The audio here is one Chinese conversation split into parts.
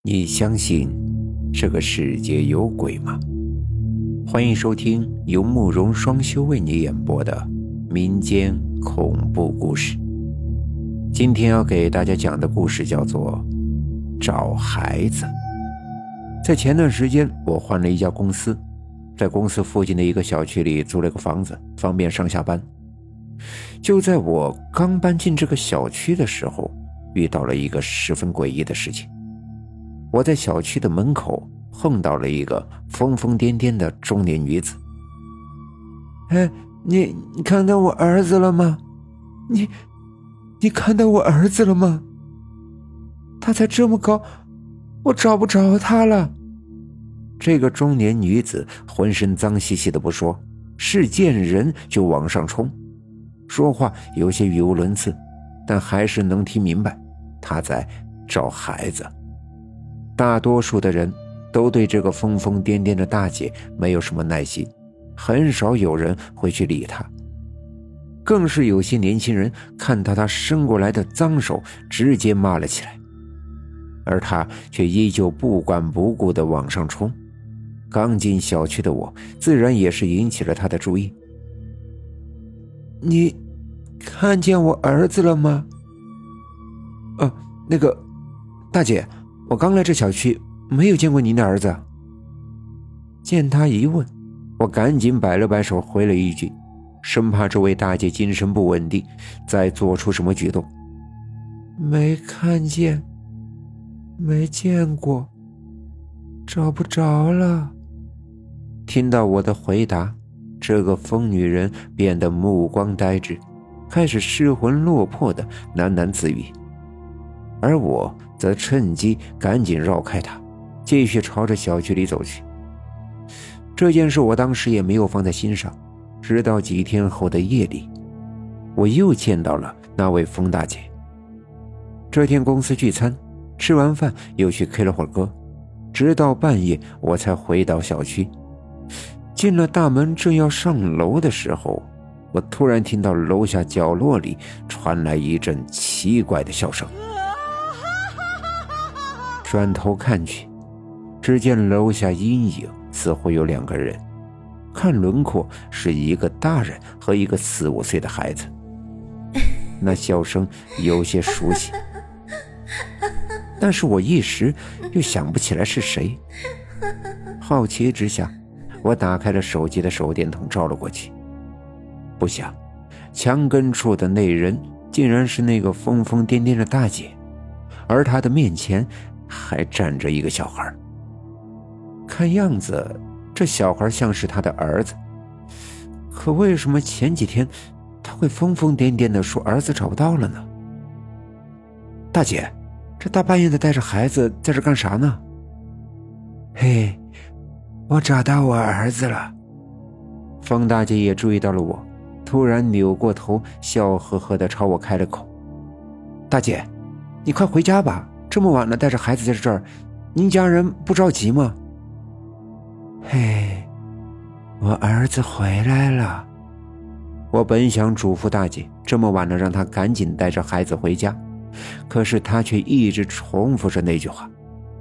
你相信这个世界有鬼吗？欢迎收听由慕容双修为你演播的民间恐怖故事。今天要给大家讲的故事叫做找孩子。在前段时间我换了一家公司，在公司附近的一个小区里租了个房子，方便上下班。就在我刚搬进这个小区的时候，遇到了一个十分诡异的事情。我在小区的门口碰到了一个疯疯癫癫的中年女子。你看到我儿子了吗？你看到我儿子了吗？他才这么高，我找不着他了。这个中年女子浑身脏兮兮的不说，是见人就往上冲，说话有些语无伦次，但还是能听明白她在找孩子。大多数的人都对这个疯疯癫癫的大姐没有什么耐心，很少有人会去理她。更是有些年轻人看到她伸过来的脏手，直接骂了起来，而她却依旧不管不顾地往上冲。刚进小区的我自然也是引起了她的注意。你看见我儿子了吗？那个大姐，我刚来这小区，没有见过您的儿子。见他一问，我赶紧摆了摆手回了一句，生怕这位大姐精神不稳定，再做出什么举动。没看见，没见过，找不着了。听到我的回答，这个疯女人变得目光呆滞，开始失魂落魄的喃喃自语。而我则趁机赶紧绕开他，继续朝着小区里走去。这件事我当时也没有放在心上，直到几天后的夜里，我又见到了那位疯大姐。这天公司聚餐，吃完饭又去 K 了会儿歌，直到半夜我才回到小区。进了大门正要上楼的时候，我突然听到楼下角落里传来一阵奇怪的笑声。转头看去，只见楼下阴影似乎有两个人，看轮廓是一个大人和一个4、5岁的孩子。那笑声有些熟悉，但是我一时又想不起来是谁。好奇之下，我打开了手机的手电筒照了过去，不想墙根处的那人竟然是那个疯疯癫癫的大姐，而她的面前还站着一个小孩。看样子这小孩像是他的儿子，可为什么前几天他会疯疯癫癫地说儿子找不到了呢？大姐，这大半夜的带着孩子在这干啥呢？嘿，我找到我儿子了。疯大姐也注意到了我，突然扭过头，笑呵呵地朝我开了口。大姐，你快回家吧，这么晚了带着孩子在这儿，您家人不着急吗？嘿，我儿子回来了。我本想嘱咐大姐这么晚了让她赶紧带着孩子回家，可是她却一直重复着那句话。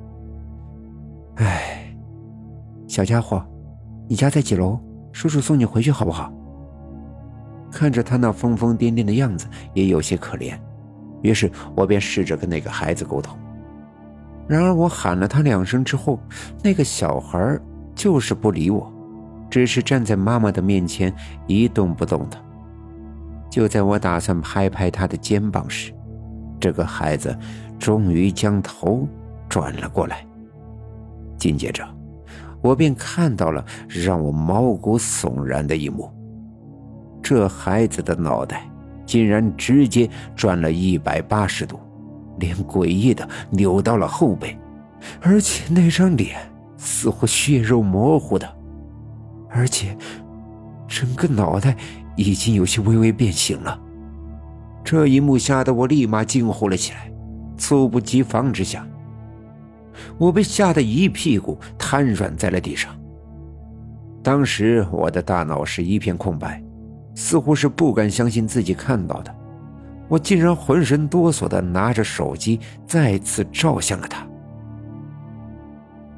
小家伙，你家在几楼？叔叔送你回去好不好？看着他那疯疯癫癫的样子也有些可怜，于是我便试着跟那个孩子沟通。然而我喊了他2声之后，那个小孩就是不理我，只是站在妈妈的面前一动不动的。就在我打算拍拍他的肩膀时，这个孩子终于将头转了过来。紧接着我便看到了让我毛骨悚然的一幕，这孩子的脑袋竟然直接转了180度，脸诡异的扭到了后背，而且那张脸似乎血肉模糊的，而且整个脑袋已经有些微微变形了。这一幕吓得我立马惊呼了起来，猝不及防之下，我被吓得一屁股瘫软在了地上。当时我的大脑是一片空白，似乎是不敢相信自己看到的，我竟然浑身哆嗦地拿着手机再次照向了他。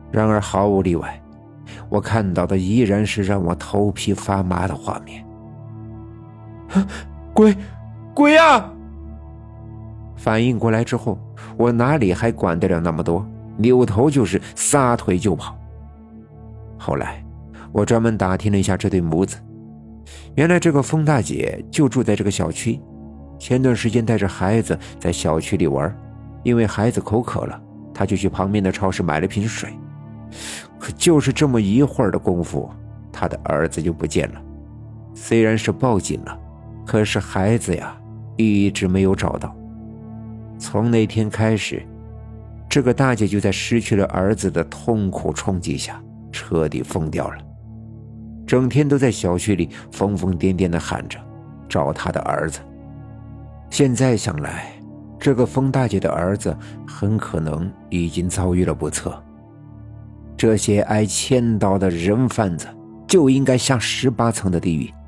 然而毫无例外，我看到的依然是让我头皮发麻的画面。鬼呀！反应过来之后，我哪里还管得了那么多，扭头就是撒腿就跑。后来我专门打听了一下这对母子，原来这个风大姐就住在这个小区，前段时间带着孩子在小区里玩，因为孩子口渴了，她就去旁边的超市买了瓶水。可就是这么一会儿的功夫，她的儿子就不见了。虽然是报警了，可是孩子呀一直没有找到。从那天开始，这个大姐就在失去了儿子的痛苦冲击下彻底疯掉了，整天都在小区里疯疯癫癫地喊着找她的儿子。现在想来，这个疯大姐的儿子很可能已经遭遇了不测。这些挨千刀的人贩子就应该下18层的地狱，